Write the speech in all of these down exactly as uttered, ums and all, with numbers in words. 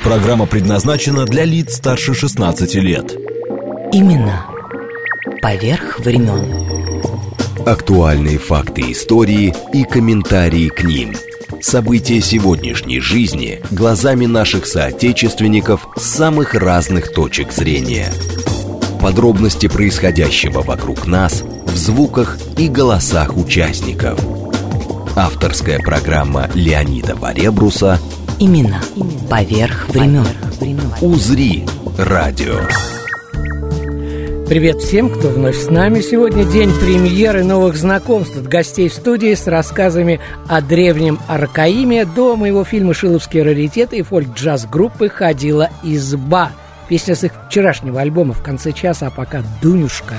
Программа предназначена для лиц старше шестнадцати лет. Имена поверх времен. Актуальные факты истории и комментарии к ним. События сегодняшней жизни глазами наших соотечественников с самых разных точек зрения. Подробности происходящего вокруг нас в звуках и голосах участников. Авторская программа Леонида Баребруса Имена поверх времен. «Узри радио». Привет всем, кто вновь с нами. Сегодня день премьеры новых знакомств от гостей в студии с рассказами о древнем Аркаиме до моего фильма «Шиловские раритеты» и фольк-джаз-группы «Ходила изба». Песня с их вчерашнего альбома «В конце часа», а пока «Дунюшка».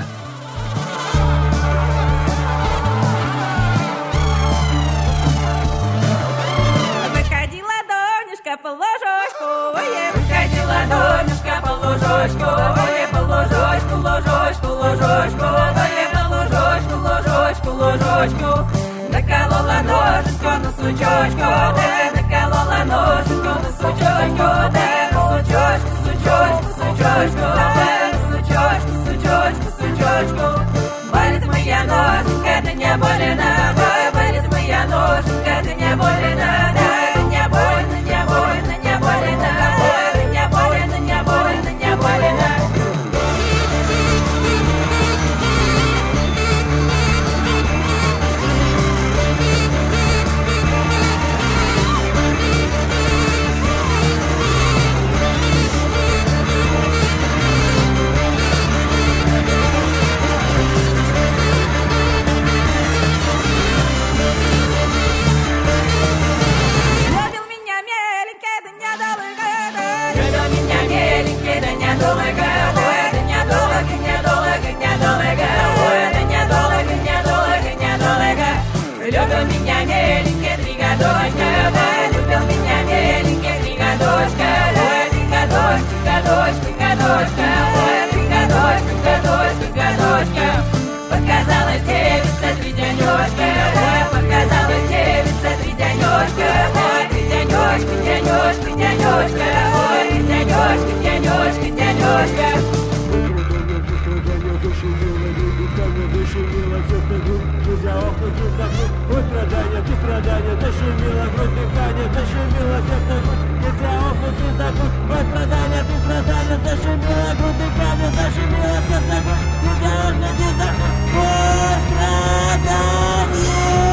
Выходила Дунюшка по ложочку, ой, выходила Дунюшка по ложочку, ой, по ложочку, ложочку, ложочку, ой, по ложочку, ложочку, ложочку. Наколола ножичку на сучочку, да, наколола ножичку на сучочку, да, на сучочку, сучочку, сучочку, да, на сучочку, сучочку, сучочку. Болит моя ноженька, ты не больно, ой, болит моя ноженька, ты не больно, да, ты не больно, не больно, не больно, ой, ты не больно, не больно, не больно. Любил меня меленький, три годочка, да, любил меня меленький, три годочка, да, три годочка, годочка, годочка, ой, три годочка, годочка, годочка. Показалась девица, три денечка, да, показалась девица, три денечка, ой, три денечка, денечка, денечка, ой, три денечка, денечка, денечка. Ой, страдания, ты страдания, зашумело, грудь дыхание, зашумело, сердце, нельзя охнуть не забудь. Ой, страдания, ты страдания, зашумело, грудь дыхание, зашумело, сердце, нельзя охнуть не забудь. Ой, страдания.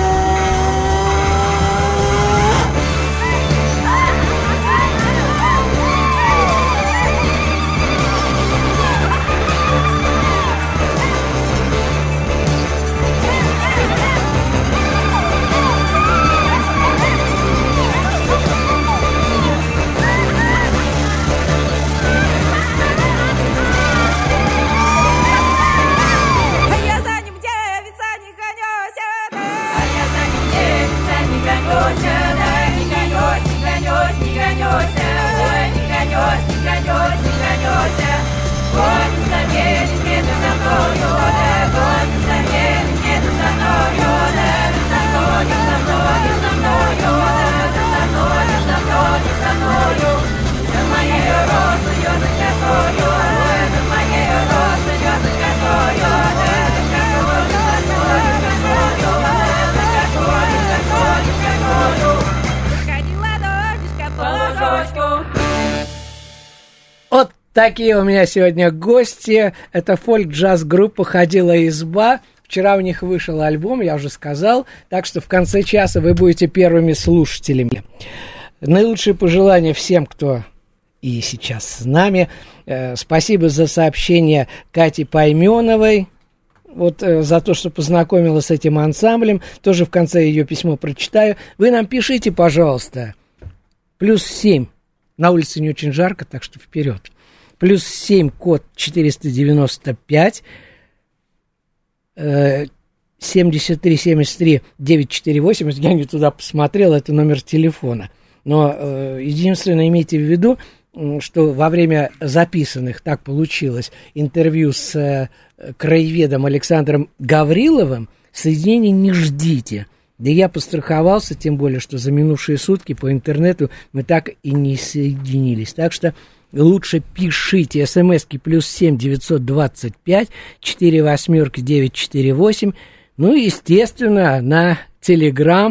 Такие у меня сегодня гости. Это фольк-джаз-группа «Ходила изба». Вчера у них вышел альбом, я уже сказал. Так что в конце часа вы будете первыми слушателями. Наилучшие пожелания всем, кто и сейчас с нами. Э, спасибо за сообщение Кате Пайменовой. Вот э, за то, что познакомила с этим ансамблем. Тоже в конце ее письмо прочитаю. Вы нам пишите, пожалуйста. Плюс семь. На улице не очень жарко, так что вперед. Плюс семь, код четыреста девяносто пять, семьдесят три семьдесят три девятьсот сорок восемь. Я не туда посмотрел, это номер телефона. Но э, единственное, имейте в виду, что во время записанных, так получилось, интервью с э, краеведом Александром Гавриловым, соединений не ждите. Да я постраховался, тем более, что за минувшие сутки по интернету мы так и не соединились. Так что лучше пишите смски плюс семь девятьсот двадцать пять четыре восьмерки девять четыре восемь. Ну и, естественно, на Телеграм.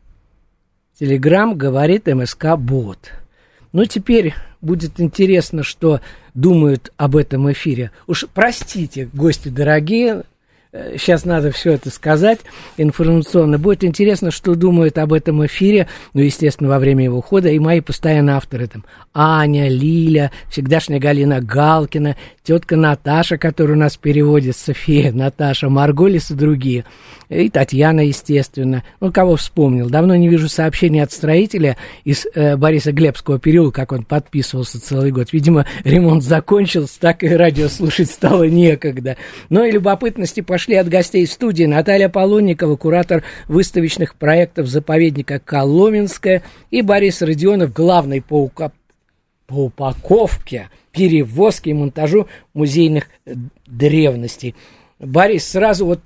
Телеграм говорит МСК-бот. Ну, теперь будет интересно, что думают об этом эфире. Уж простите, гости дорогие, сейчас надо все это сказать информационно. Будет интересно, что думают об этом эфире, ну, естественно, во время его хода, и мои постоянные авторы там Аня, Лиля, всегдашняя Галина Галкина, тетка Наташа, которая у нас переводит, София, Наташа, Марголис и другие. И Татьяна, естественно. Ну, кого вспомнил. Давно не вижу сообщений от строителя из э, Бориса Глебского переулка, как он подписывался целый год. Видимо, ремонт закончился, так и радио слушать стало некогда. Но и любопытности пошли от гостей студии. Наталья Полонникова, куратор выставочных проектов заповедника Коломенское, и Борис Родионов, главный по, ука... по упаковке, перевозке и монтажу музейных древностей. Борис, сразу вот,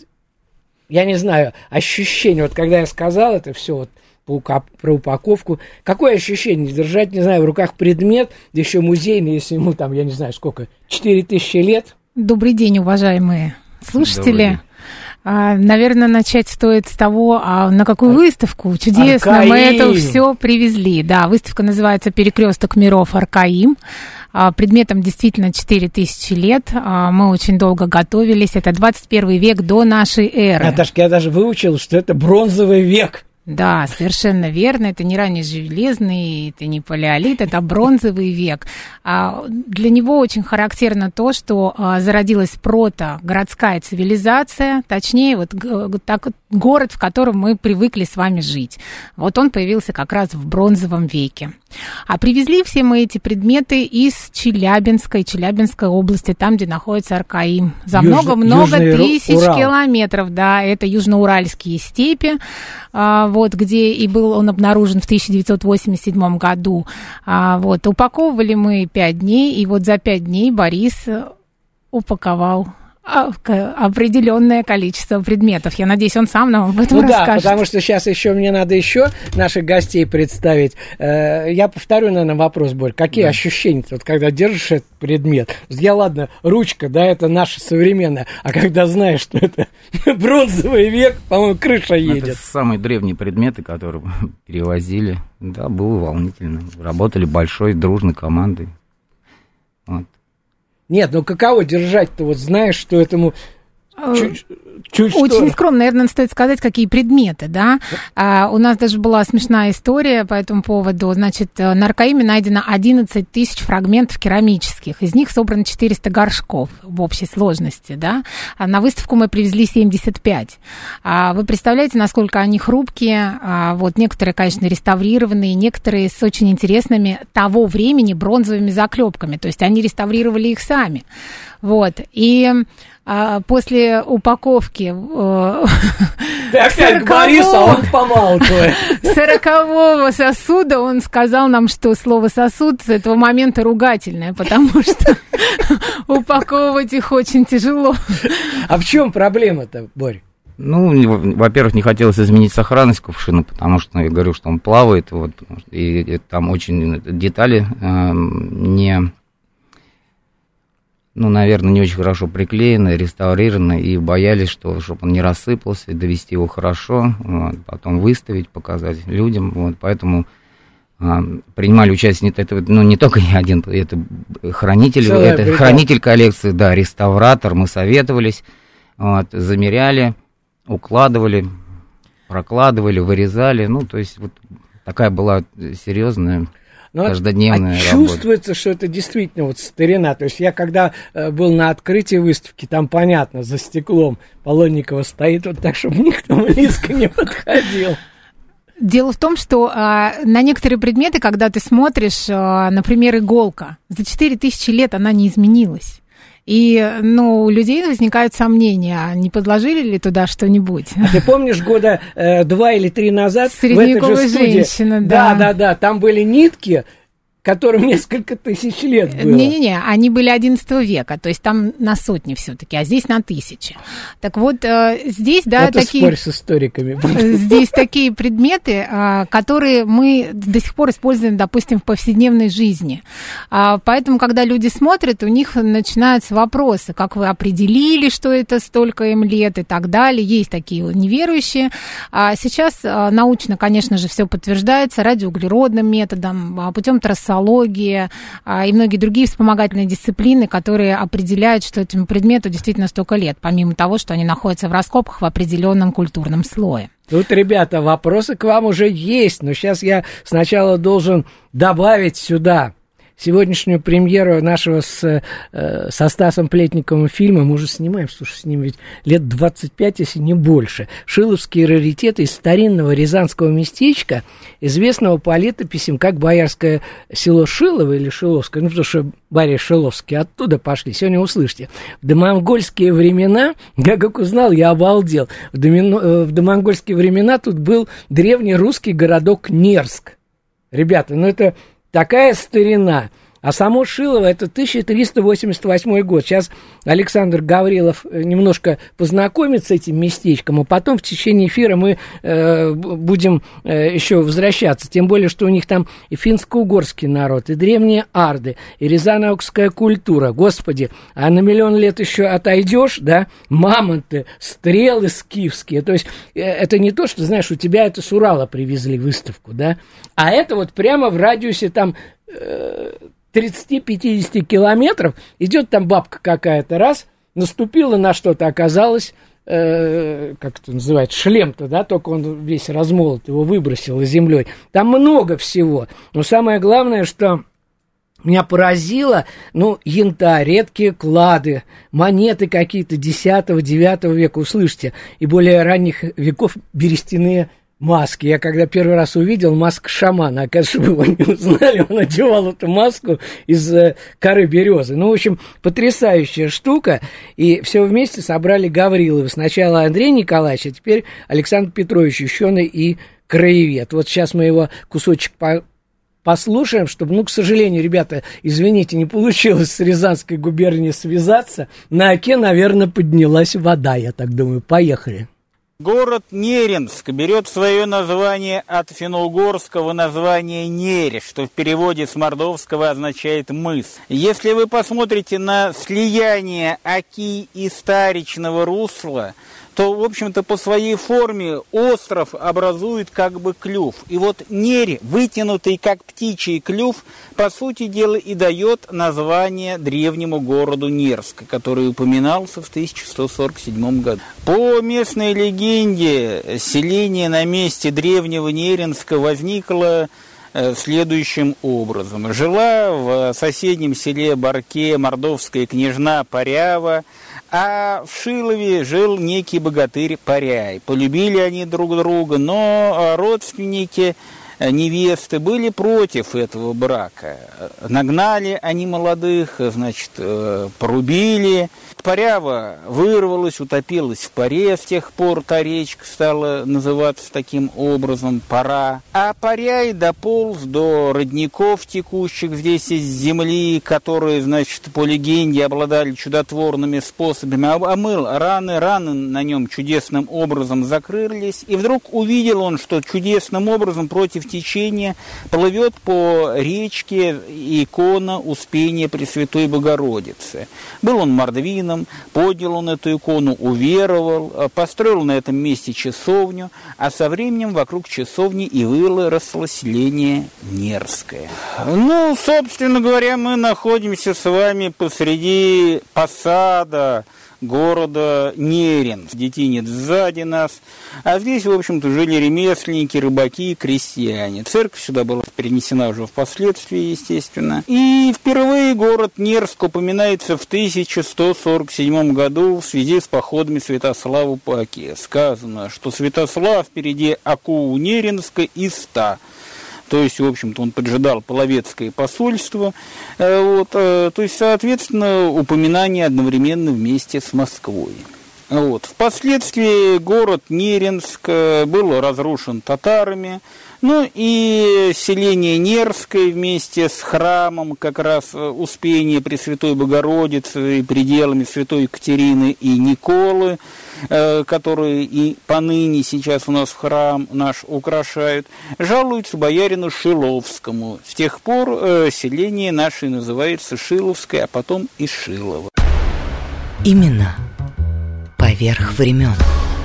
я не знаю, ощущение, вот когда я сказал это все вот по, про упаковку, какое ощущение держать, не знаю, в руках предмет, да еще музейный, если ему там, я не знаю, сколько, четыре тысячи лет? Добрый день, уважаемые слушатели. А, наверное, начать стоит с того, а на какую выставку чудесно Аркаим. Мы это все привезли. Да, выставка называется «Перекресток миров Аркаим». А, предметом действительно четыре тысячи лет. А, мы очень долго готовились. Это двадцать первый век до нашей эры. Наташка, я даже выучил, что это бронзовый век. Да, совершенно верно. Это не ранний железный, это не палеолит, это бронзовый век. А для него очень характерно то, что а, зародилась прото-городская цивилизация, точнее, вот так, город, в котором мы привыкли с вами жить. Вот он появился как раз в бронзовом веке. А привезли все мы эти предметы из Челябинской, Челябинской области, там, где находится Аркаим. За много-много тысяч Урал. километров, да, это южноуральские степи, а, вот, где и был он обнаружен в тысяча девятьсот восемьдесят седьмом году. А, вот, упаковывали мы пять дней, и вот за пять дней Борис упаковал определенное количество предметов. Я надеюсь, он сам нам об этом ну расскажет. Да, потому что сейчас еще мне надо еще наших гостей представить. Я повторю, наверное, вопрос, Борь. Какие да. ощущения, вот, когда держишь этот предмет? Я, ладно, ручка, да, это наша современная, а когда знаешь, что это бронзовый век, по-моему, крыша едет. Это самые древние предметы, которые перевозили. Да, было волнительно. Работали большой, дружной командой. Вот. Нет, ну каково держать-то, вот знаешь, что этому... Чуть, чуть Очень что... скромно, наверное, стоит сказать, какие предметы, да. А, у нас даже была смешная история по этому поводу. Значит, на Аркаиме найдено одиннадцать тысяч фрагментов керамических. Из них собрано четыреста горшков в общей сложности, да. А на выставку мы привезли семьдесят пять. А, вы представляете, насколько они хрупкие. А, вот некоторые, конечно, реставрированные, некоторые с очень интересными того времени бронзовыми заклепками. То есть они реставрировали их сами. Вот. И... А после упаковки ты опять говоришь, а он помалкивает. сорокового сосуда он сказал нам, что слово «сосуд» с этого момента ругательное, потому что упаковывать их очень тяжело. А в чем проблема-то, Борь? Ну, во-первых, не хотелось изменить сохранность кувшина, потому что, я говорю, что он плавает, вот, и, и там очень детали э, не... ну, наверное, не очень хорошо приклеены, реставрированы, и боялись, что, чтобы он не рассыпался, довести его хорошо, вот, потом выставить, показать людям, вот, поэтому а, принимали участие, это, ну, не только я один, это хранитель, Целая это бригада. хранитель коллекции, да, реставратор, мы советовались, вот, замеряли, укладывали, прокладывали, вырезали, ну, то есть, вот, такая была серьезная... Но каждодневная а работа. Чувствуется, что это действительно вот старина. То есть я когда э, был на открытии выставки, там понятно, за стеклом Полонникова стоит вот так, чтобы никто близко не подходил. Дело в том, что а, на некоторые предметы, когда ты смотришь, а, например, иголка, за четыре тысячи лет она не изменилась. И, ну, у людей возникают сомнения, а не подложили ли туда что-нибудь? А ты помнишь, года э, два или три назад в этой же студии... женщина, да. Да, да, да, там были нитки, которым несколько тысяч лет было. Не-не-не, они были одиннадцатого века, то есть там на сотни все-таки, а здесь на тысячи. Так вот, здесь, да, это такие... спорь с историками. Здесь такие предметы, которые мы до сих пор используем, допустим, в повседневной жизни. Поэтому, когда люди смотрят, у них начинаются вопросы, как вы определили, что это столько им лет и так далее. Есть такие неверующие. А сейчас научно, конечно же, все подтверждается радиоуглеродным методом, путем трассологии и многие другие вспомогательные дисциплины, которые определяют, что этому предмету действительно столько лет, помимо того, что они находятся в раскопках в определенном культурном слое. Тут, ребята, вопросы к вам уже есть, но сейчас я сначала должен добавить сюда сегодняшнюю премьеру нашего с, э, со Стасом Плетниковым фильма. Мы уже снимаем, слушай, с ним ведь лет двадцать пять, если не больше. Шиловские раритеты из старинного рязанского местечка, известного по летописям как Боярское село Шилово или Шиловское, ну, потому что Барри Шиловский оттуда пошли. Сегодня услышите. В домонгольские времена, я как узнал, я обалдел. В, домино, в домонгольские времена тут был древний русский городок Нерск. Ребята, ну это... такая старина. А само Шилово – это тысяча триста восемьдесят восьмой год. Сейчас Александр Гаврилов немножко познакомится с этим местечком, а потом в течение эфира мы э, будем э, еще возвращаться. Тем более, что у них там и финско-угорский народ, и древние арды, и рязановская культура. Господи, а на миллион лет еще отойдешь, да? Мамонты, стрелы скифские. То есть э, это не то, что, знаешь, у тебя это с Урала привезли выставку, да? А это вот прямо в радиусе там... Э, тридцать-пятьдесят километров, идет там бабка какая-то, раз, наступила на что-то, оказалось, э, как это называется, шлем-то, да, только он весь размолот, его выбросило землей. Там много всего, но самое главное, что меня поразило, ну, янтарь, редкие клады, монеты какие-то десятого-девятого века, услышьте, и более ранних веков берестяные маски. Я когда первый раз увидел маску шамана, оказывается, чтобы его не узнали, он одевал эту маску из э, коры березы. Ну, в общем, потрясающая штука. И все вместе собрали Гавриловы. Сначала Андрей Николаевич, а теперь Александр Петрович, ученый и краевед. Вот сейчас мы его кусочек по послушаем, чтобы, ну, к сожалению, ребята, извините, не получилось с Рязанской губернией связаться. На Оке, наверное, поднялась вода, я так думаю. Поехали. Город Неренск берет свое название от финно-угорского названия «нерь», что в переводе с мордовского означает «мыс». Если вы посмотрите на слияние Оки и Старичного русла, то, в общем-то, по своей форме остров образует как бы клюв. И вот нерь, вытянутый как птичий клюв, по сути дела и дает название древнему городу Нерск, который упоминался в тысяча сто сорок седьмом году. По местной легенде, селение на месте древнего Неренска возникло следующим образом. Жила в соседнем селе Барке мордовская княжна Парява, а в Шилове жил некий богатырь Паряй. Полюбили они друг друга, но родственники невесты были против этого брака. Нагнали они молодых, значит, порубили. Парява вырвалась, утопилась в паре, с тех пор та речка стала называться таким образом Пара. А Паряй дополз до родников, текущих здесь из земли, которые, значит, по легенде обладали чудотворными способами. Омыл раны, раны на нем чудесным образом закрылись, и вдруг увидел он, что чудесным образом против течения плывет по речке икона Успения Пресвятой Богородицы. Был он мордвином, поднял он эту икону, уверовал, построил на этом месте часовню, а со временем вокруг часовни и выросло селение Нерское. Ну, собственно говоря, мы находимся с вами посреди посада города Неренск. Детинец сзади нас. А здесь, в общем-то, жили ремесленники, рыбаки, крестьяне. Церковь сюда была перенесена уже впоследствии, естественно. И впервые город Нерск упоминается в тысяча сто сорок седьмом году в связи с походами Святослава по Оке. Сказано, что Святослав впереди Оку у Неренска и ста. То есть, в общем-то, он поджидал половецкое посольство. Вот, то есть, соответственно, упоминание одновременно вместе с Москвой. Вот. Впоследствии город Неринск был разрушен татарами. Ну и селение Нерское вместе с храмом как раз Успения Пресвятой Богородицы и пределами Святой Екатерины и Николы, которые и поныне сейчас у нас в храм наш украшают, жалуются боярину Шиловскому. С тех пор селение наше называется Шиловское, а потом и Шилово. Именно поверх времен.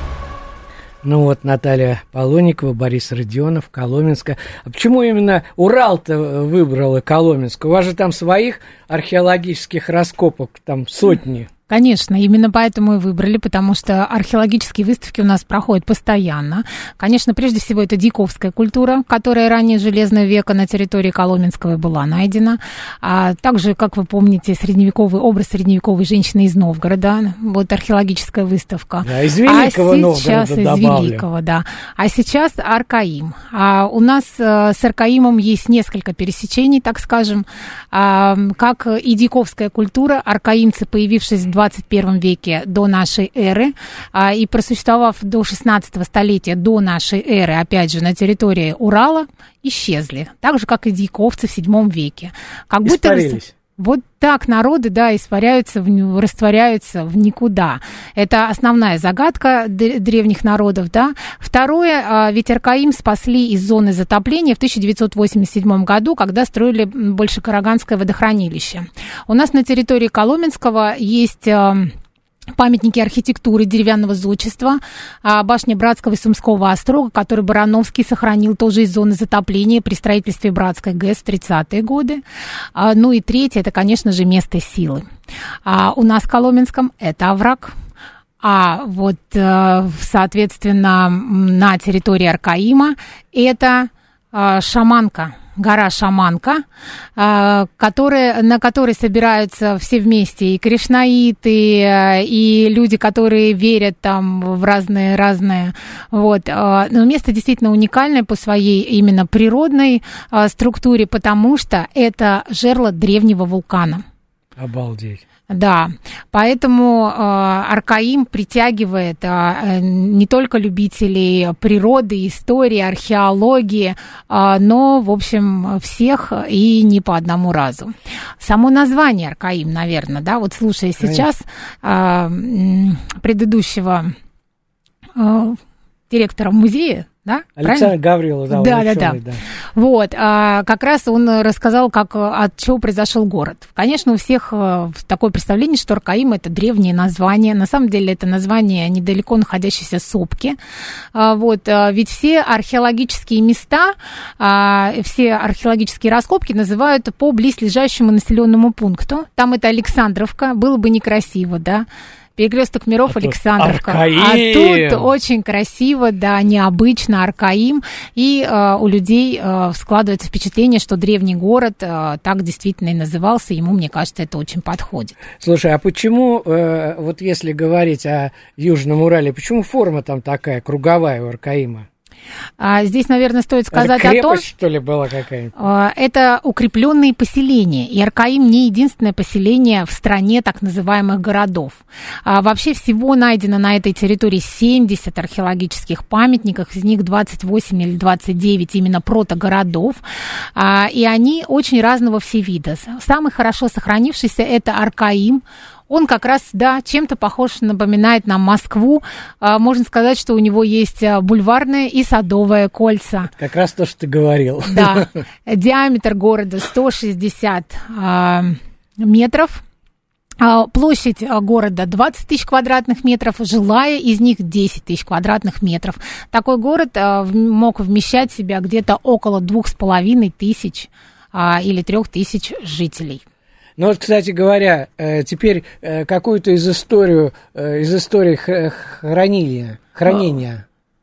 Ну вот Наталья Полоникова, Борис Родионов, Коломенская. А почему именно Урал-то выбрала Коломенск? У вас же там своих археологических раскопок там сотни. Конечно, именно поэтому и выбрали, потому что археологические выставки у нас проходят постоянно. Конечно, прежде всего, это дьяковская культура, которая ранее Железного века на территории Коломенского была найдена. А также, как вы помните, средневековый образ средневековой женщины из Новгорода. Вот археологическая выставка. Да, из Великого а Новгорода сейчас из добавлю. Великого, да. А сейчас Аркаим. А у нас а, с Аркаимом есть несколько пересечений, так скажем. А, как и дьяковская культура, аркаимцы, появившись в двадцать первом веке до нашей эры а, и просуществовав до шестнадцатого столетия до нашей эры, опять же, на территории Урала, исчезли. Так же, как и дьяковцы в седьмом веке. Как будто Испарились. Вот так народы, да, испаряются, в, растворяются в никуда. Это основная загадка древних народов, да. Второе, ведь Аркаим спасли из зоны затопления в тысяча девятьсот восемьдесят седьмом году, когда строили Большекараганское водохранилище. У нас на территории Коломенского есть памятники архитектуры деревянного зодчества, башня Братского и Сумского острога, который Барановский сохранил тоже из зоны затопления при строительстве Братской ГЭС в тридцатые годы. Ну и третье, это, конечно же, место силы. У нас в Коломенском это овраг. А вот, соответственно, на территории Аркаима это Шаманка. Гора Шаманка, которая, на которой собираются все вместе и кришнаиты, и люди, которые верят там в разные-разные. Вот. Но место действительно уникальное по своей именно природной структуре, потому что это жерло древнего вулкана. Обалдеть. Да, поэтому э, Аркаим притягивает э, не только любителей природы, истории, археологии, э, но, в общем, всех и не по одному разу. Само название Аркаим, наверное, да, вот слушая сейчас э, предыдущего э, директора музея, да? Александр Гаврилов, да, да, ученый, да, да. да. Вот, а, как раз он рассказал, как, от чего произошел город. Конечно, у всех такое представление, что Аркаим – это древнее название. На самом деле, это название недалеко находящейся сопки. А, вот, а, ведь все археологические места, а, все археологические раскопки называют по близлежащему населенному пункту. Там это Александровка, было бы некрасиво, да? Перекресток миров, а Александровка. А тут очень красиво, да, необычно, Аркаим. И э, у людей э, складывается впечатление, что древний город э, так действительно и назывался. Ему, мне кажется, это очень подходит. Слушай, а почему, э, вот если говорить о Южном Урале, почему форма там такая, круговая у Аркаима? А, здесь, наверное, стоит сказать это крепость, о том, что ли, была какая-нибудь? А, это укрепленные поселения. И Аркаим не единственное поселение в стране так называемых городов. А, вообще всего найдено на этой территории семьдесят археологических памятников, из них двадцать восемь или двадцать девять именно протогородов. А, и они очень разного всевида. Самый хорошо сохранившийся это Аркаим. Он как раз, да, чем-то похож, напоминает нам Москву. А, можно сказать, что у него есть бульварное и садовое кольца. Как раз то, что ты говорил. Да. Диаметр города сто шестьдесят а, метров. А, площадь города двадцать тысяч квадратных метров, жилая из них десять тысяч квадратных метров. Такой город а, мог вмещать в себя где-то около двух с половиной тысяч а, или трех тысяч жителей. Ну вот, кстати говоря, теперь какую-то из историю, из истории хранения, хранения.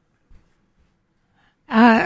А...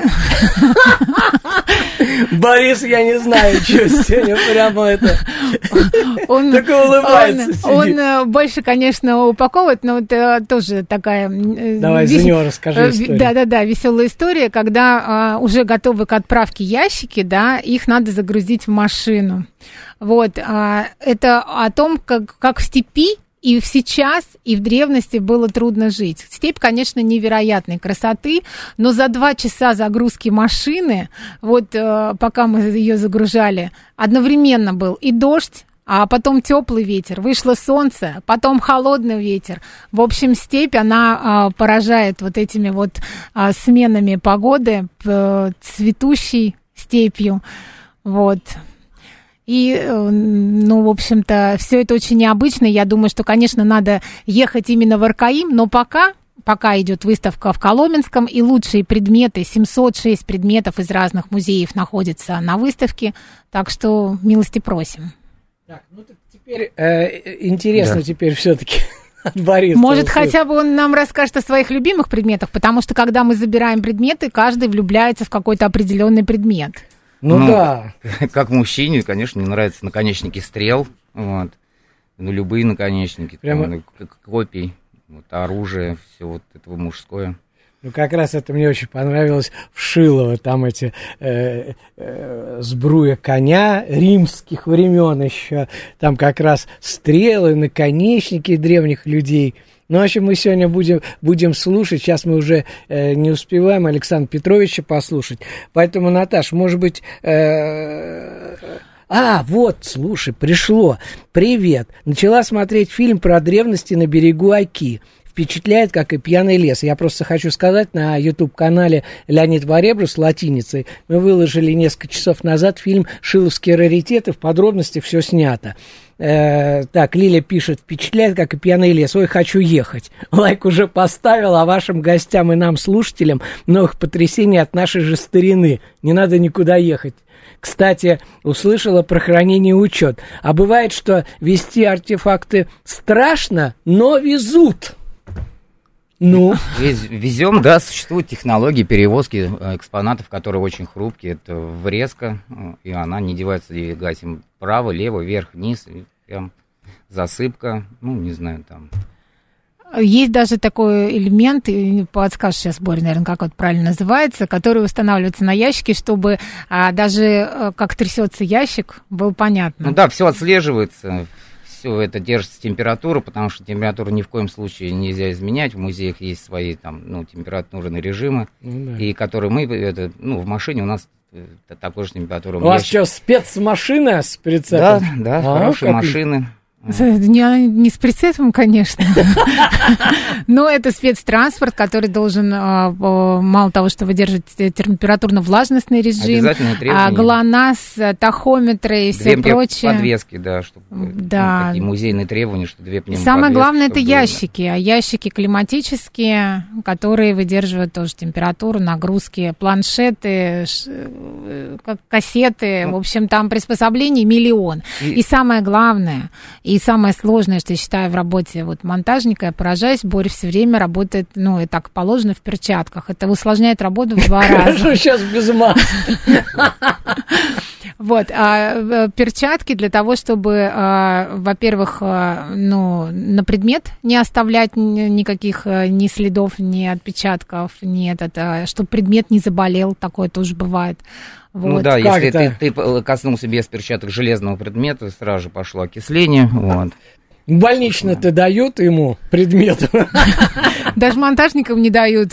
Борис, я не знаю, что сегодня прямо это... Он, только улыбается. Он, он больше, конечно, упаковывает, но это тоже такая... Давай вес... за него расскажи историю. Да-да-да, веселая история, когда а, уже готовы к отправке ящики, да, их надо загрузить в машину. Вот, а, это о том, как, как в степи и сейчас, и в древности было трудно жить. Степь, конечно, невероятной красоты, но за два часа загрузки машины, вот э, пока мы ее загружали, одновременно был и дождь, а потом теплый ветер, вышло солнце, потом холодный ветер. В общем, степь, она а, поражает вот этими вот а, сменами погоды, п- цветущей степью, вот. И, ну, в общем-то, все это очень необычно. Я думаю, что, конечно, надо ехать именно в Аркаим, но пока... Пока идет выставка в Коломенском, и лучшие предметы, семьсот шесть предметов из разных музеев находятся на выставке, так что милости просим. Так, ну так теперь э, интересно да. теперь все-таки от Бориса. Может, услышать. хотя бы он нам расскажет о своих любимых предметах, потому что когда мы забираем предметы, каждый влюбляется в какой-то определенный предмет. Ну, ну да. Как мужчине, конечно, мне нравятся наконечники стрел, вот. Ну, любые наконечники, Прямо... там, копий, вот, оружие, все вот это мужское. Ну, как раз это мне очень понравилось в Шилово, там эти э, э, сбруя коня римских времен еще, там как раз стрелы, наконечники древних людей. Ну, в общем, мы сегодня будем, будем слушать, сейчас мы уже э, не успеваем Александра Петровича послушать, поэтому, Наташ, может быть... Э, А, вот, слушай, пришло. Привет. Начала смотреть фильм про древности на берегу Оки. Впечатляет, как и «Пьяный лес». Я просто хочу сказать, на YouTube-канале Леонид Варебрус латиницей мы выложили несколько часов назад фильм «Шиловские раритеты». В подробности все снято. Э, так, Лиля пишет: впечатляет, как и «Пьяный лес». Ой, хочу ехать. Лайк уже поставил, а вашим гостям и нам, слушателям, новых потрясений от нашей же старины. Не надо никуда ехать. Кстати, услышала про хранение и учет. А бывает, что везти артефакты страшно, но везут. Ну? Везем, да, существуют технологии перевозки экспонатов, которые очень хрупкие. Это врезка, и она не девается, и гасим право, лево, вверх, вниз, и прям засыпка, ну, не знаю, там... Есть даже такой элемент, и подскажешь сейчас, Боря, наверное, как это правильно называется, который устанавливается на ящике, чтобы а, даже а, как трясется ящик, было понятно. Ну да, все отслеживается, все это держится температура, потому что температуру ни в коем случае нельзя изменять. В музеях есть свои там, ну, температурные режимы, ну, да. И которые мы, это, ну, в машине у нас такой же температура. У вас что, спецмашина с прицепом? Да, да, а, хорошие как... машины. Не, не с прицепом, конечно, но это спецтранспорт, который должен мало того, что выдерживать температурно-влажностный режим, ГЛОНАСС, тахометры и все прочее. Подвески, да, чтобы да. Ну, такие музейные требования, что две пневмоподвески. Самое главное, это ящики, а ящики климатические, которые выдерживают тоже температуру, нагрузки, планшеты, кассеты, в общем, там приспособлений миллион. И самое главное... И самое сложное, что я считаю в работе вот монтажника, я поражаюсь, Боря все время работает, ну, и так положено, в перчатках. Это усложняет работу в два раза. Хорошо, сейчас без маски. Вот, а перчатки для того, чтобы, а, во-первых, а, ну, на предмет не оставлять никаких ни следов, ни отпечатков, ни этот, а, чтобы предмет не заболел, такое тоже бывает. Вот. Ну да, как если это? ты, ты коснулся без перчаток железного предмета, сразу же пошло окисление, вот. Больнично-то дают ему предмет? Даже монтажникам не дают.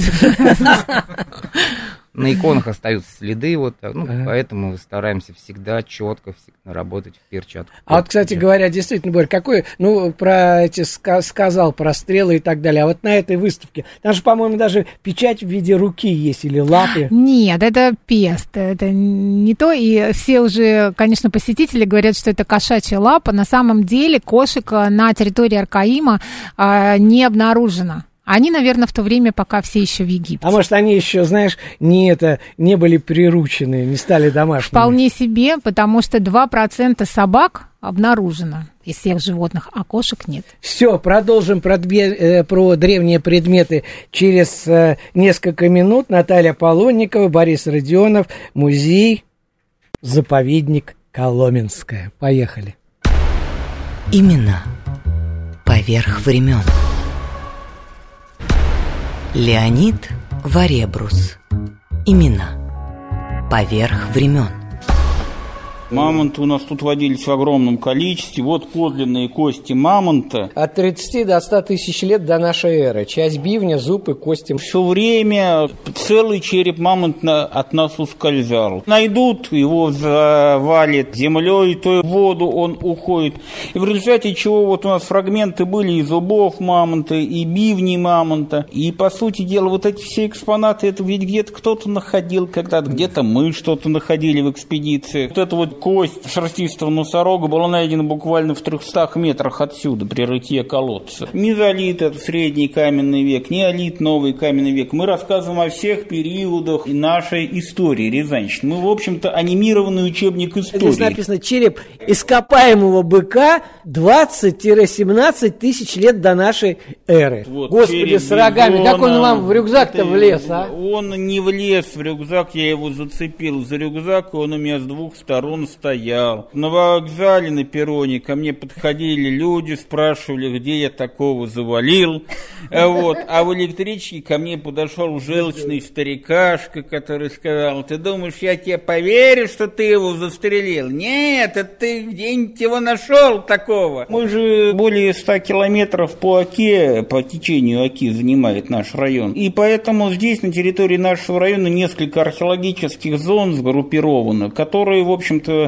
На иконах остаются следы, вот так, ну, ага. Поэтому стараемся всегда четко работать в перчатках. А вот, кстати говоря, действительно, Борь, какой, ну, про эти ска- сказал, про стрелы и так далее, а вот на этой выставке, там же, по-моему, даже печать в виде руки есть или лапы. Нет, это пест, это не то, и все уже, конечно, посетители говорят, что это кошачья лапа, на самом деле кошек на территории Аркаима а, не обнаружено. Они, наверное, в то время, пока все еще в Египте. А может, они еще, знаешь, не, это, не были приручены, не стали домашними? Вполне себе, потому что два процента собак обнаружено из всех животных, а кошек нет. Все, продолжим про, две, про древние предметы через э, несколько минут. Наталья Полонникова, Борис Родионов, музей, заповедник Коломенское. Поехали. Именно поверх времен. Леонид Варебрус. Имена поверх времен. Мамонты у нас тут водились в огромном количестве. Вот подлинные кости мамонта. От тридцати до ста тысяч лет до нашей эры. Часть бивня, зуб и кости. Все время целый череп мамонта от нас ускользал. Найдут, его завалит землей, то в воду он уходит. И в результате чего вот у нас фрагменты были и зубов мамонта, и бивней мамонта. И, по сути дела, вот эти все экспонаты, это ведь где-то кто-то находил когда-то, где-то мы что-то находили в экспедиции. Вот эта вот кость шерстистого носорога была найдена буквально в трехстах метрах отсюда, при рытье колодца. Мезолит – это средний каменный век, неолит – новый каменный век. Мы рассказываем о всех периодах нашей истории рязанщины. Мы, в общем-то, анимированный учебник истории. Здесь написано «череп ископаемого быка двадцать-семнадцать тысяч лет до нашей эры». Вот, Господи, с рогами, как он вам в рюкзак-то это, влез, а? Он не влез в рюкзак, я его зацепил за рюкзак, и он у меня с двух сторон стоял. На вокзале, на перроне ко мне подходили люди, спрашивали, где я такого завалил. Вот. А в электричке ко мне подошел желчный старикашка, который сказал: ты думаешь, я тебе поверю, что ты его застрелил? Нет, это ты где-нибудь его нашел такого. Мы же более ста километров по Оке, по течению Оки занимает наш район. И поэтому здесь, на территории нашего района, несколько археологических зон сгруппировано, которые, в общем-то,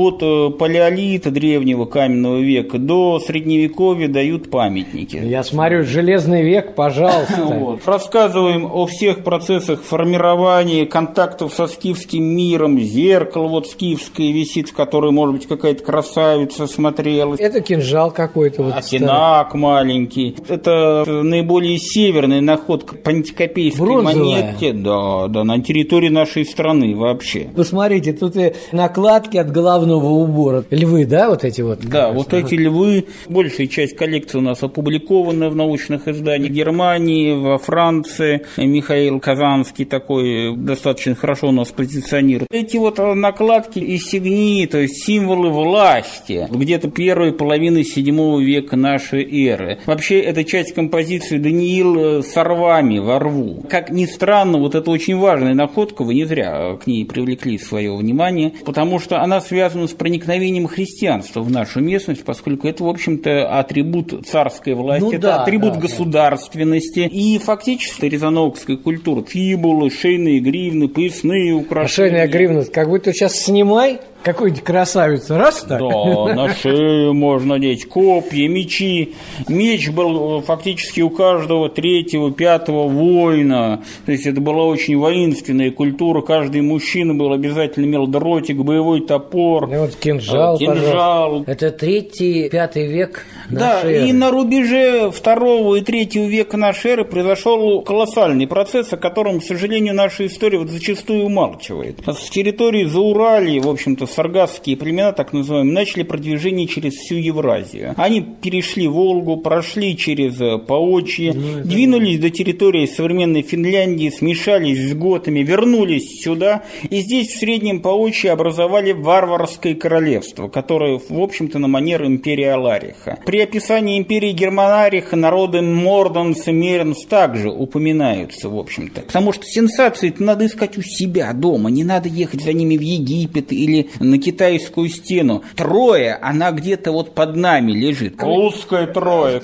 от палеолита, древнего каменного века, до средневековья дают памятники. Я смотрю, железный век, пожалуйста. Вот. Рассказываем о всех процессах формирования контактов со скифским миром. Зеркало вот скифское висит, в которое, может быть, какая-то красавица смотрелась. Это кинжал какой-то. Вот Акинак маленький. Это наиболее северная находка по антикопейской монете. Да, да, на территории нашей страны вообще. Посмотрите, тут и накладки от головного убора. Львы, да, вот эти вот? Да, вот эти львы. Большая часть коллекции у нас опубликована в научных изданиях в Германии, во Франции. Михаил Казанский такой достаточно хорошо у нас позиционирует. Эти вот накладки и сигни, то есть символы власти, где-то первой половины седьмого века нашей эры. Вообще, это часть композиции Даниил с орвами во рву. Как ни странно, вот это очень важная находка, вы не зря к ней привлекли свое внимание, потому что она связана с проникновением христианства в нашу местность, поскольку это, в общем-то, атрибут царской власти, ну, это да, атрибут да, государственности. Да. И фактически рязановская культура, фибулы, шейные гривны, поясные украшения. Шейная гривна, как будто сейчас снимай. Какой-нибудь красавица, раз так? Да, на шею можно надеть копья, мечи. Меч был фактически у каждого третьего, пятого воина. То есть это была очень воинственная культура. Каждый мужчина был обязательно имел дротик, боевой топор. И вот кинжал, кинжал. Это третий, пятый век нашей Да, эры. И на рубеже второго и третьего века нашей эры произошел колоссальный процесс, о котором, к сожалению, наша история вот зачастую умалчивает. С территории Зауралья, в общем-то, саргасские племена, так называемые, начали продвижение через всю Евразию. Они перешли Волгу, прошли через Поочье, ну, двинулись до территории современной Финляндии, смешались с готами, вернулись сюда, и здесь в Среднем Поочье образовали варварское королевство, которое, в общем-то, на манер империи Алариха. При описании империи Германариха народы Морданс и Меренс также упоминаются, в общем-то. Потому что сенсации-то надо искать у себя дома, не надо ехать за ними в Египет или на Китайскую стену. Троя, она где-то вот под нами лежит. Русская Троя.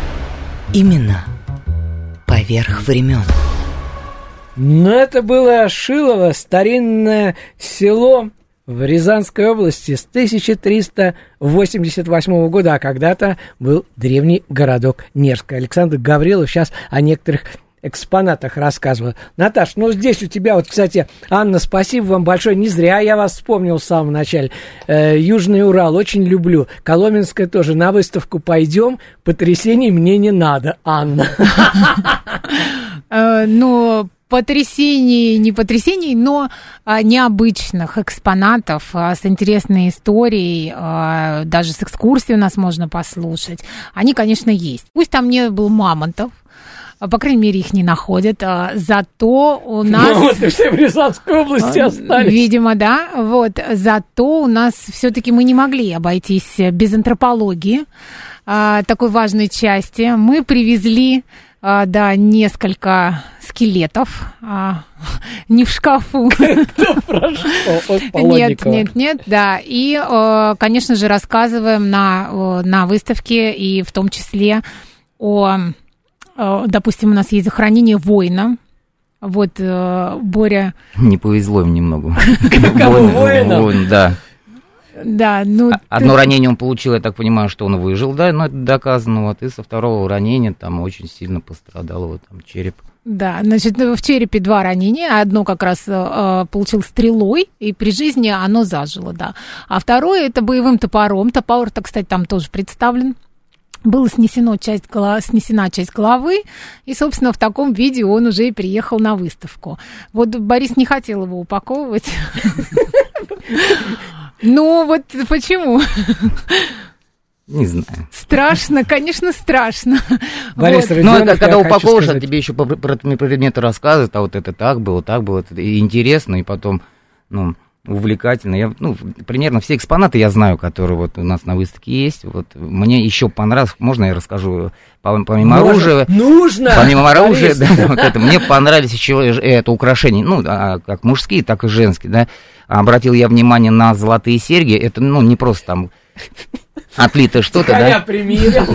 Именно поверх времен. Ну, это было Шилово, старинное село в Рязанской области с тысяча триста восемьдесят восьмого года, а когда-то был древний городок Нерск. Александр Гаврилов сейчас о некоторых экспонатах рассказывал. Наташ, ну здесь у тебя, вот, кстати, Анна, спасибо вам большое. Не зря я вас вспомнил в самом начале. Э, Южный Урал очень люблю. Коломенская тоже. На выставку пойдем. Потрясений мне не надо, Анна. Ну, потрясений, не потрясений, но а, необычных экспонатов а, с интересной историей, а, даже с экскурсией у нас можно послушать. Они, конечно, есть. Пусть там не был мамонтов, по крайней мере, их не находят, а, зато у нас... Ну, вот и все в Рязанской области остались. Видимо, да. Вот, зато у нас все-таки мы не могли обойтись без антропологии, а, такой важной части. Мы привезли а, да, несколько скелетов, а, не в шкафу. Нет, нет, нет, да. И, конечно же, рассказываем на, на выставке, и в том числе о, допустим, у нас есть захоронение воина. Вот Боря... Не повезло им немного. Кому воину? Да. Да, ну... Одно ты... ранение он получил, я так понимаю, что он выжил, да, но это доказано, вот, и со второго ранения там очень сильно пострадал его там череп. Да, значит, в черепе два ранения, одно как раз э, получил стрелой, и при жизни оно зажило, да, а второе это боевым топором, топор-то, кстати, там тоже представлен. Была снесена часть, снесена часть головы, и, собственно, в таком виде он уже и приехал на выставку. Вот Борис не хотел его упаковывать. Ну, вот почему? Не знаю. Страшно, конечно, страшно. Борис вот. Ну, это, когда упаковываешь, а тебе еще про, про предметы рассказывают, а вот это так было, так было, это и интересно, и потом, ну, увлекательно. Я, ну, примерно все экспонаты я знаю, которые вот у нас на выставке есть. Вот мне еще понравилось, можно я расскажу, помимо Можно. оружия. Нужно! Помимо оружия, да, вот это, мне понравились еще это украшения, ну, как мужские, так и женские, да. Обратил я внимание на золотые серьги, это, ну, не просто там отлито что-то, да. примерил.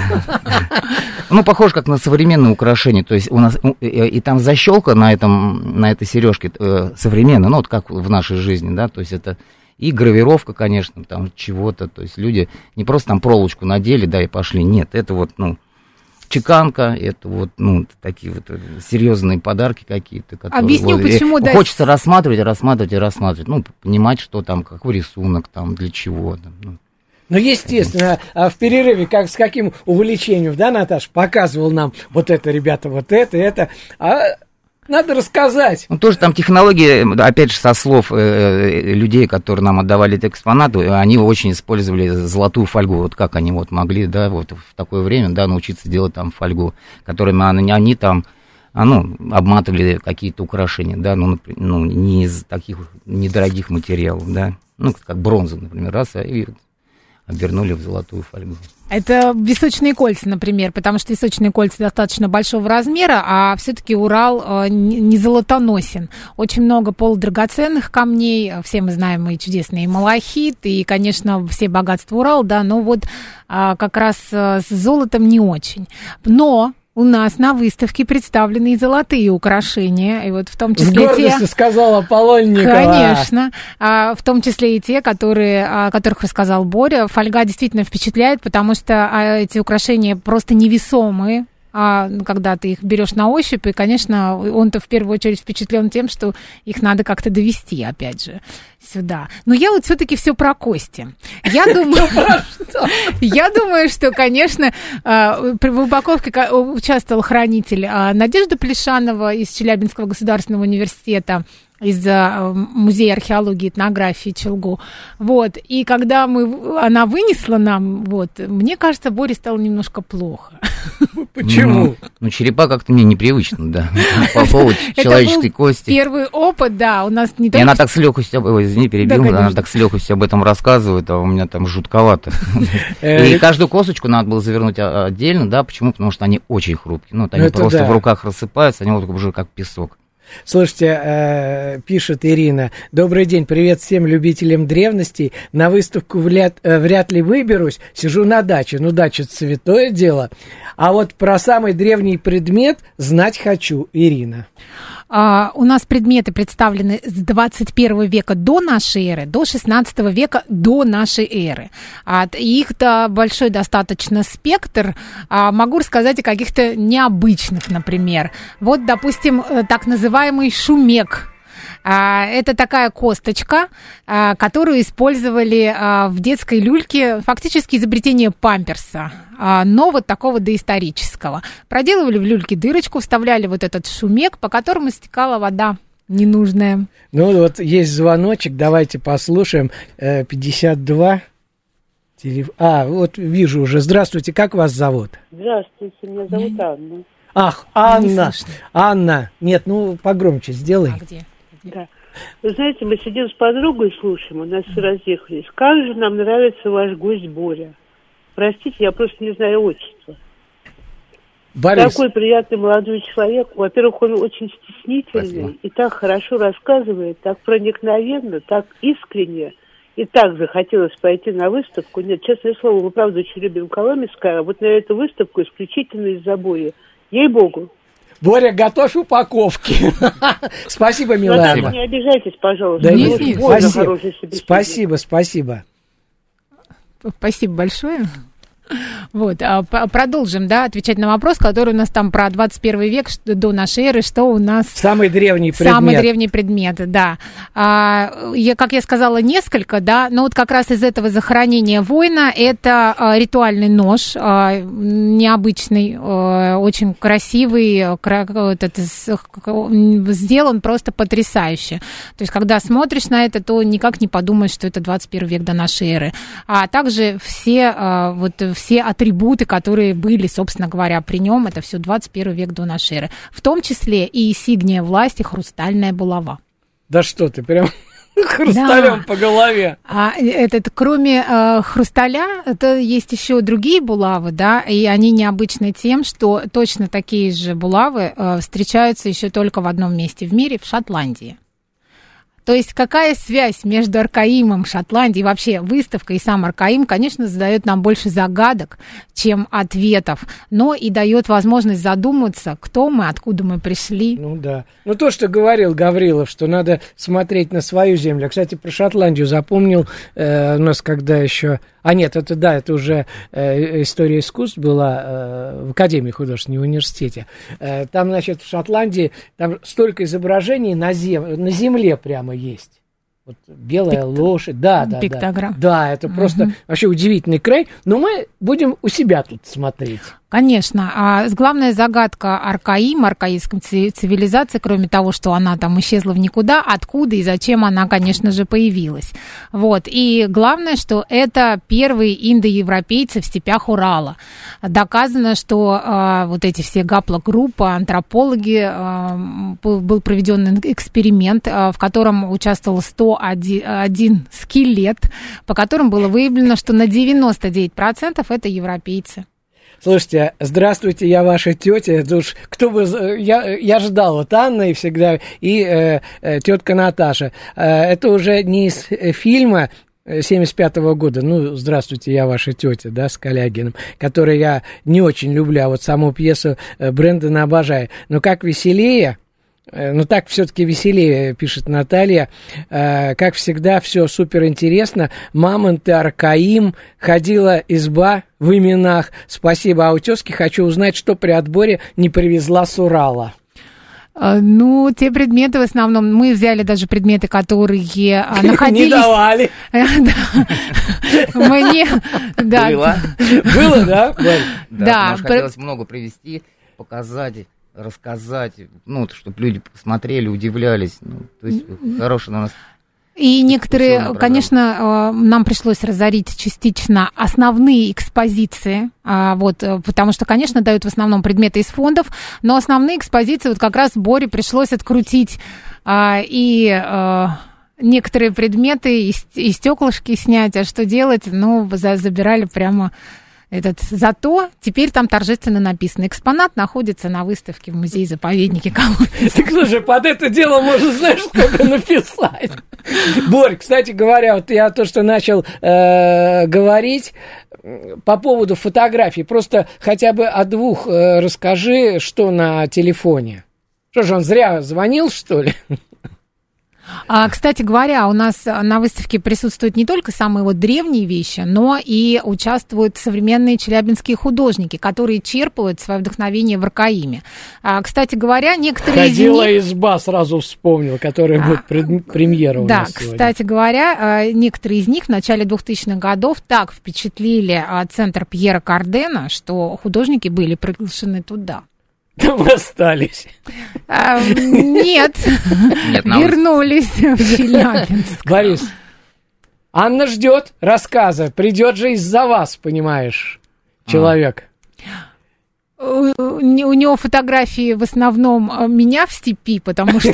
Ну, похоже, как на современные украшения. То есть у нас и, и там защелка на этом, на этой сережке э, современная, ну, вот как в нашей жизни, да, то есть это и гравировка, конечно, там чего-то, то есть люди не просто там проволочку надели, да, и пошли, нет, это вот, ну, чеканка, это вот, ну, такие вот серьезные подарки какие-то. Которые, объясню, вот, почему, да. Хочется рассматривать, рассматривать и рассматривать, ну, понимать, что там, какой рисунок там, для чего там, ну. Ну, естественно, в перерыве, как с каким увлечением, да, Наташа, показывал нам вот это, ребята, вот это, это, а надо рассказать. Ну, тоже там технологии, опять же, со слов э, людей, которые нам отдавали эти экспонаты, они очень использовали золотую фольгу, вот как они вот могли, да, вот в такое время, да, научиться делать там фольгу, которыми они, они там, ну, обматывали какие-то украшения, да, ну, ну, не из таких недорогих материалов, да, ну, как бронза, например, раз, и обернули в золотую фольгу. Это височные кольца, например, потому что височные кольца достаточно большого размера, а все-таки Урал э, не золотоносен. Очень много полудрагоценных камней, все мы знаем и чудесные малахит, и, конечно, все богатства Урала, да, но вот э, как раз э, с золотом не очень. Но у нас на выставке представлены и золотые украшения, и вот в том числе с гордостью те... сказала Полонникова. Конечно, а, в том числе и те, которые, о которых рассказал Боря. Фольга действительно впечатляет, потому что а, эти украшения просто невесомые. А когда ты их берешь на ощупь, и, конечно, он-то в первую очередь впечатлен тем, что их надо как-то довести, опять же, сюда. Но я вот все-таки все про кости. Я думаю, я думаю, что, конечно, в упаковке участвовал хранитель Надежда Плешанова из Челябинского государственного университета, из Музея археологии и этнографии ЧелГУ. Вот. И когда мы, она вынесла нам, вот, мне кажется, Боре стало немножко плохо. Почему? Ну, ну черепа как-то мне непривычно, да, упаковывать человеческой кости. Первый опыт, да, у нас не И только... она так с легкостью, ой, извини, перебил, Да, она так с легкостью об этом рассказывает, а у меня там жутковато. И каждую косточку надо было завернуть отдельно, да, почему? Потому что они очень хрупкие, ну, они просто в руках рассыпаются, они вот уже как песок. Слушайте, э, пишет Ирина, добрый день, привет всем любителям древностей, на выставку вряд, э, вряд ли выберусь, сижу на даче, ну дача святое дело, а вот про самый древний предмет знать хочу, Ирина. Uh, у нас предметы представлены с двадцать первого века до нашей эры, до шестнадцатого века до нашей эры. Uh, их-то большой достаточно спектр. Uh, могу рассказать о каких-то необычных, например. Вот, допустим, так называемый шумек. Это такая косточка, которую использовали в детской люльке, фактически изобретение памперса, но вот такого доисторического. Проделывали в люльке дырочку, вставляли вот этот шумек, по которому стекала вода ненужная. Ну вот есть звоночек, давайте послушаем. пятьдесят два. А, вот вижу уже. Здравствуйте, как вас зовут? Здравствуйте, меня зовут Анна. Ах, Анна, Анна. Нет, ну погромче сделай. А где? Да. Вы знаете, мы сидим с подругой, слушаем, у нас все разъехались. Как же нам нравится ваш гость Боря. Простите, я просто не знаю отчества. Борис. Такой приятный молодой человек. Во-первых, он очень стеснительный. Спасибо. И так хорошо рассказывает, так проникновенно, так искренне. И так захотелось пойти на выставку. Нет, честное слово, мы правда очень любим Коломенское, а вот на эту выставку исключительно из-за Бои. Ей-богу. Боря, готовь упаковки. Спасибо, милая. Спасибо. Не обижайтесь, пожалуйста. Да, нет, нет, спасибо. Спасибо, спасибо. Спасибо большое. Вот, а, продолжим, да, отвечать на вопрос, который у нас там про двадцать первый век до нашей эры, что у нас... Самый древний предмет. Самый древний предмет, да. А, я, как я сказала, несколько, да, но вот как раз из этого захоронения воина это а, ритуальный нож, а, необычный, а, очень красивый, кра- этот, сделан просто потрясающе. То есть, когда смотришь на это, то никак не подумаешь, что это двадцать первый век до нашей эры. А также все а, вот все атрибуты, которые были, собственно говоря, при нем, это все двадцать первый век до нашей эры. В том числе и сигния власти, хрустальная булава. Да что ты, прям хрусталем да. по голове. А этот, кроме э, хрусталя, это есть еще другие булавы, да, и они необычны тем, что точно такие же булавы э, встречаются еще только в одном месте в мире, в Шотландии. То есть какая связь между Аркаимом, Шотландией, вообще выставка и сам Аркаим, конечно, задает нам больше загадок, чем ответов, но и дает возможность задуматься, кто мы, откуда мы пришли. Ну да. Ну то, что говорил Гаврилов, что надо смотреть на свою землю. Кстати, про Шотландию запомнил э, у нас, когда еще... А нет, это да, это уже э, история искусств была э, в Академии художественного университете. Э, там, значит, в Шотландии там столько изображений на, зем... на земле прямо есть. Вот белая Пикт... лошадь, да, да, Пиктограмм. да. Да, это угу. просто вообще удивительный край. Но мы будем у себя тут смотреть. Конечно. А главная загадка Аркаима, аркаистской цивилизации, кроме того, что она там исчезла в никуда, откуда и зачем она, конечно же, появилась. Вот. И главное, что это первые индоевропейцы в степях Урала. Доказано, что а, вот эти все гаплогруппы, антропологи, а, был проведен эксперимент, а, в котором участвовал сто один скелет, по которым было выявлено, что на девяносто девять процентов это европейцы. Слушайте, здравствуйте, я ваша тетя. Это уж кто бы я, я ждал вот Анна и всегда и э, э, тетка Наташа. Э, это уже не из фильма семьдесят пятого года. Ну, здравствуйте, я ваша тетя, да, с Калягиным, который я не очень люблю, а вот саму пьесу Брэндона обожаю. Но как веселее. Ну, так все-таки веселее, пишет Наталья. Как всегда, все супер интересно. Мамонты, Аркаим, ходила изба в именах. Спасибо. А у тезки хочу узнать, что при отборе не привезла с Урала. Ну, те предметы в основном, мы взяли даже предметы, которые находились... Не давали. Мы не... Было. Было, да? Да, хотелось много привезти, показать, рассказать, ну, чтобы люди посмотрели, удивлялись. Ну, то есть хороший у нас... И некоторые, конечно, нам пришлось разорить частично основные экспозиции, вот, потому что, конечно, дают в основном предметы из фондов, но основные экспозиции вот как раз Боре пришлось открутить и некоторые предметы и стеклышки снять, а что делать? Ну, забирали прямо... Этот. Зато теперь там торжественно написано: экспонат находится на выставке в музее-заповеднике Коломенского. Так слушай, под это дело можно, знаешь, сколько написать. Борь, кстати говоря, вот я то, что начал э, говорить по поводу фотографий, просто хотя бы о двух э, расскажи, что на телефоне. Что же, он зря звонил, что ли? А, кстати говоря, у нас на выставке присутствуют не только самые вот древние вещи, но и участвуют современные челябинские художники, которые черпают свое вдохновение в Аркаиме. А, кстати говоря, некоторые Ходила из них... изба, сразу вспомнил, которая будет пред... премьера у да, нас сегодня. Кстати говоря, некоторые из них в начале двухтысячных годов так впечатлили центр Пьера Кардена, что художники были приглашены туда. Там остались. А, нет, нет вернулись в Челябинск. Борис, Анна ждет рассказа. Придет же из-за вас, понимаешь, человек. У, у него фотографии в основном меня в степи, потому что...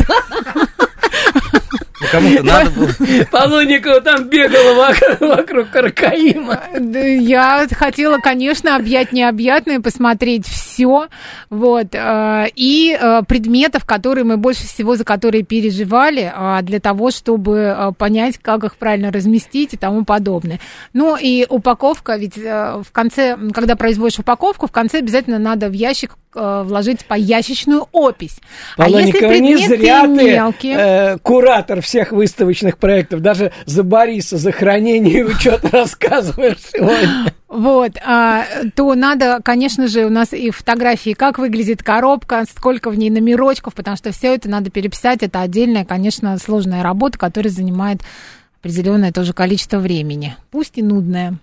Кому-то надо было. Полуникова там бегала вокруг, вокруг Аркаима. Я хотела, конечно, объять необъятное, посмотреть все все, вот, э, и э, предметов, которые мы больше всего, за которые переживали, э, для того, чтобы э, понять, как их правильно разместить и тому подобное. Ну, и упаковка, ведь э, в конце, когда производишь упаковку, в конце обязательно надо в ящик э, вложить поящичную опись. Полоника, а если не зря ты мелкие, э, куратор всех выставочных проектов, даже за Бориса, за хранение и учет рассказываешь сегодня. Вот, а, то надо, конечно же, у нас и фотографии, как выглядит коробка, сколько в ней номерочков, потому что все это надо переписать, это отдельная, конечно, сложная работа, которая занимает определенное тоже количество времени, пусть и нудное.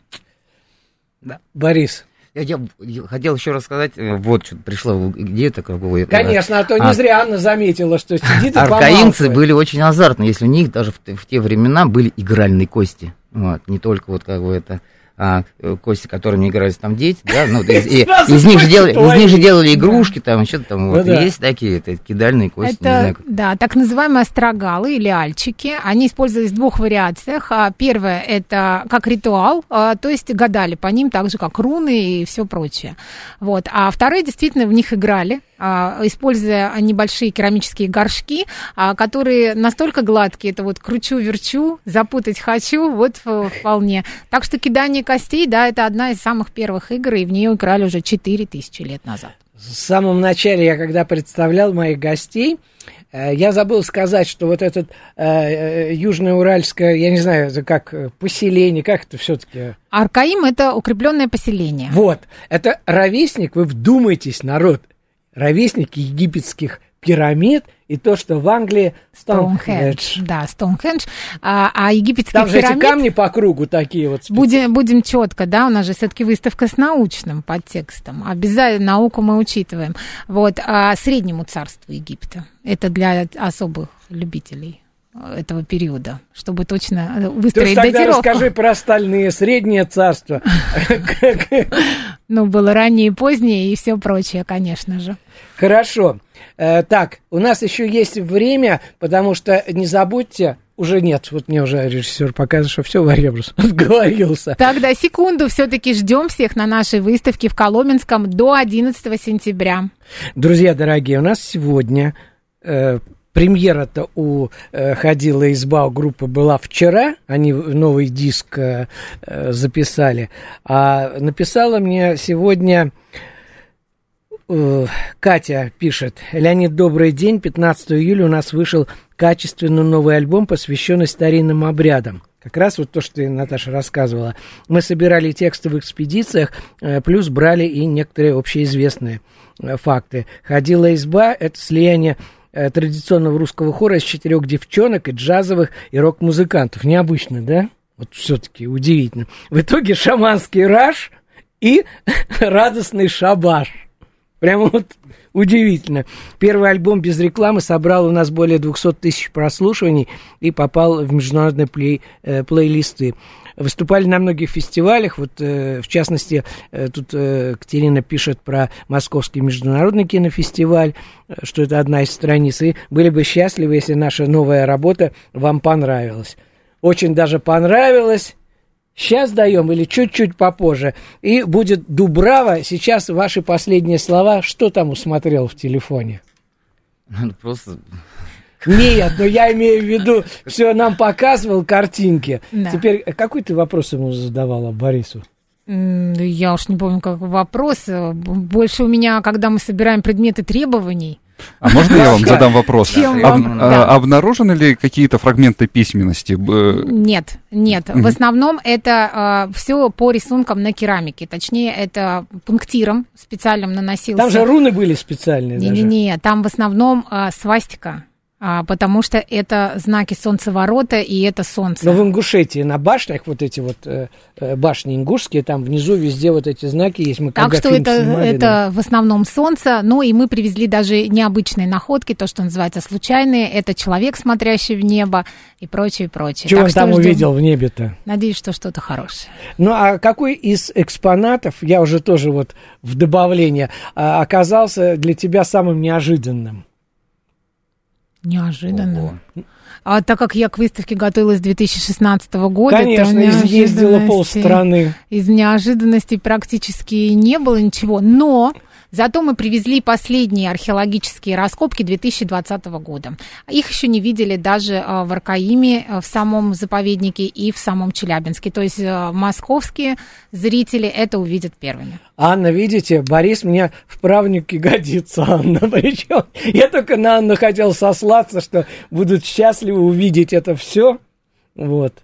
Да. Борис. Я, я, я хотел еще рассказать, вот что-то пришла идея такая. Конечно, а то не зря Анна заметила, что сидит и аркаимцы были очень азартны, если у них даже в, в те времена были игральные кости, вот, не только вот как бы это... А, кости, которыми игрались там дети, да, ну, из, и, из, них же делали, из них же делали игрушки, там, что-то там, вот, ну, да. Есть такие, это кидальные кости, это, не знаю, как. Да, так называемые острогалы или альчики, они использовались в двух вариациях. Первое, это как ритуал, то есть гадали по ним, так же, как руны и все прочее, вот, а вторые, действительно, в них играли, используя небольшие керамические горшки, которые настолько гладкие, это вот кручу-верчу, запутать хочу, вот вполне. Так что кидание костей, да, это одна из самых первых игр, и в нее играли уже четыре тысячи лет назад. В самом начале, я когда представлял моих гостей, я забыл сказать, что вот этот э, южноуральское, я не знаю, это как поселение, как это все-таки... Аркаим – это укрепленное поселение. Вот, это ровесник, вы вдумайтесь, народ, ровесник египетских пирамид и то, что в Англии Стоунхендж. Да, Стоунхендж. А, а египетские там же пирамид... эти камни по кругу такие вот. Специ... Будем, будем четко, да, у нас же все-таки выставка с научным подтекстом. Обязательно науку мы учитываем. Вот, а Среднему царству Египта. Это для особых любителей этого периода, чтобы точно выстроить датировку. Тогда расскажи про остальные, Среднее царство. Ну, было раннее и позднее и все прочее, конечно же. Хорошо. Так, у нас еще есть время, потому что не забудьте, уже нет, вот мне уже режиссер показывает, что все, Варебрус отговорился. Тогда секунду, все-таки ждем всех на нашей выставке в Коломенском до одиннадцатого сентября. Друзья дорогие, у нас сегодня... Премьера-то у э, «Ходила изба» у группы была вчера, они новый диск э, записали, а написала мне сегодня э, Катя, пишет: Леонид, добрый день, пятнадцатого июля у нас вышел качественный новый альбом, посвященный старинным обрядам. Как раз вот то, что ты, Наташа, рассказывала. Мы собирали тексты в экспедициях, э, плюс брали и некоторые общеизвестные э, факты. «Ходила изба» — это слияние традиционного русского хора из четырех девчонок и джазовых, и рок-музыкантов. Необычно, да? Вот все-таки удивительно. В итоге шаманский раж и радостный шабаш. Прямо вот удивительно. Первый альбом без рекламы собрал у нас более двести тысяч прослушиваний и попал в международные плей, э, плейлисты. Выступали на многих фестивалях, вот, э, в частности, э, тут э, Катерина пишет про Московский международный кинофестиваль, э, что это одна из страниц, и были бы счастливы, если наша новая работа вам понравилась. Очень даже понравилась. Сейчас даем или чуть-чуть попозже. И будет Дубрава. Сейчас ваши последние слова. Что там усмотрел в телефоне? Ну, просто... Нет, но я имею в виду, все нам показывал картинки. Да. Теперь, какой ты вопрос ему задавала, Борису? Я уж не помню, как вопрос. Больше у меня, когда мы собираем предметы требований. А можно я вам задам вопрос? Чем Об, вам? Да. Обнаружены ли какие-то фрагменты письменности? Нет, нет. В основном это э, все по рисункам на керамике. Точнее, это пунктиром специальным наносился. Там же руны были специальные. Не-не-не, там в основном э, свастика. А, потому что это знаки солнцеворота, и это солнце. Но в Ингушетии на башнях, вот эти вот э, башни ингушские, там внизу везде вот эти знаки есть. Мы так что это, снимали, это да. в основном солнце, ну и мы привезли даже необычные находки, то, что называется случайные. Это человек, смотрящий в небо, и прочее, прочее. Чего так он что там ждем. увидел в небе-то? Надеюсь, что что-то хорошее. Ну, а какой из экспонатов, я уже тоже вот в добавление, оказался для тебя самым неожиданным? Неожиданно. А так как я к выставке готовилась с две тысячи шестнадцатого года, конечно, то изъездила полстраны. Из неожиданностей практически не было ничего. Но Зато мы привезли последние археологические раскопки две тысячи двадцатого года. Их еще не видели даже в Аркаиме, в самом заповеднике и в самом Челябинске. То есть московские зрители это увидят первыми. Анна, видите, Борис мне в правнуке годится, Анна. Причем я только на Анну хотел сослаться, что будут счастливы увидеть это все. Вот.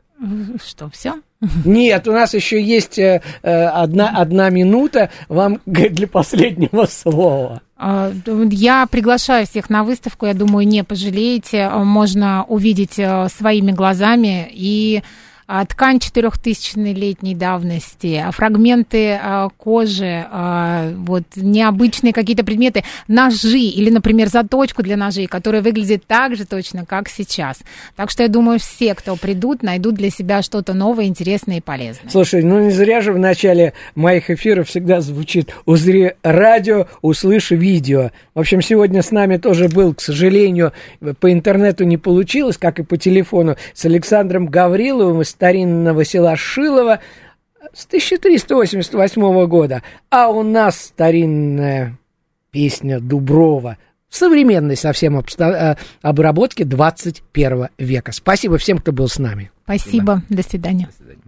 Что, все? Нет, у нас еще есть э, одна, одна минута вам для последнего слова. Я приглашаю всех на выставку, я думаю, не пожалеете. Можно увидеть своими глазами и ткань четырехтысячной летней давности, фрагменты кожи, вот необычные какие-то предметы, ножи или, например, заточку для ножей, которая выглядит так же точно, как сейчас. Так что я думаю, все, кто придут, найдут для себя что-то новое, интересное и полезное. Слушай, ну не зря же в начале моих эфиров всегда звучит «Узри радио, услышь видео». В общем, сегодня с нами тоже был, к сожалению, по интернету не получилось, как и по телефону, с Александром Гавриловым из старинного села Шилово с тысяча триста восемьдесят восьмого года. А у нас старинная песня Дуброва в современной совсем обста- обработке двадцать первого века. Спасибо всем, кто был с нами. Спасибо. До свидания. До свидания.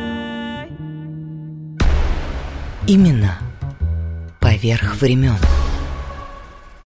Именно поверх времен.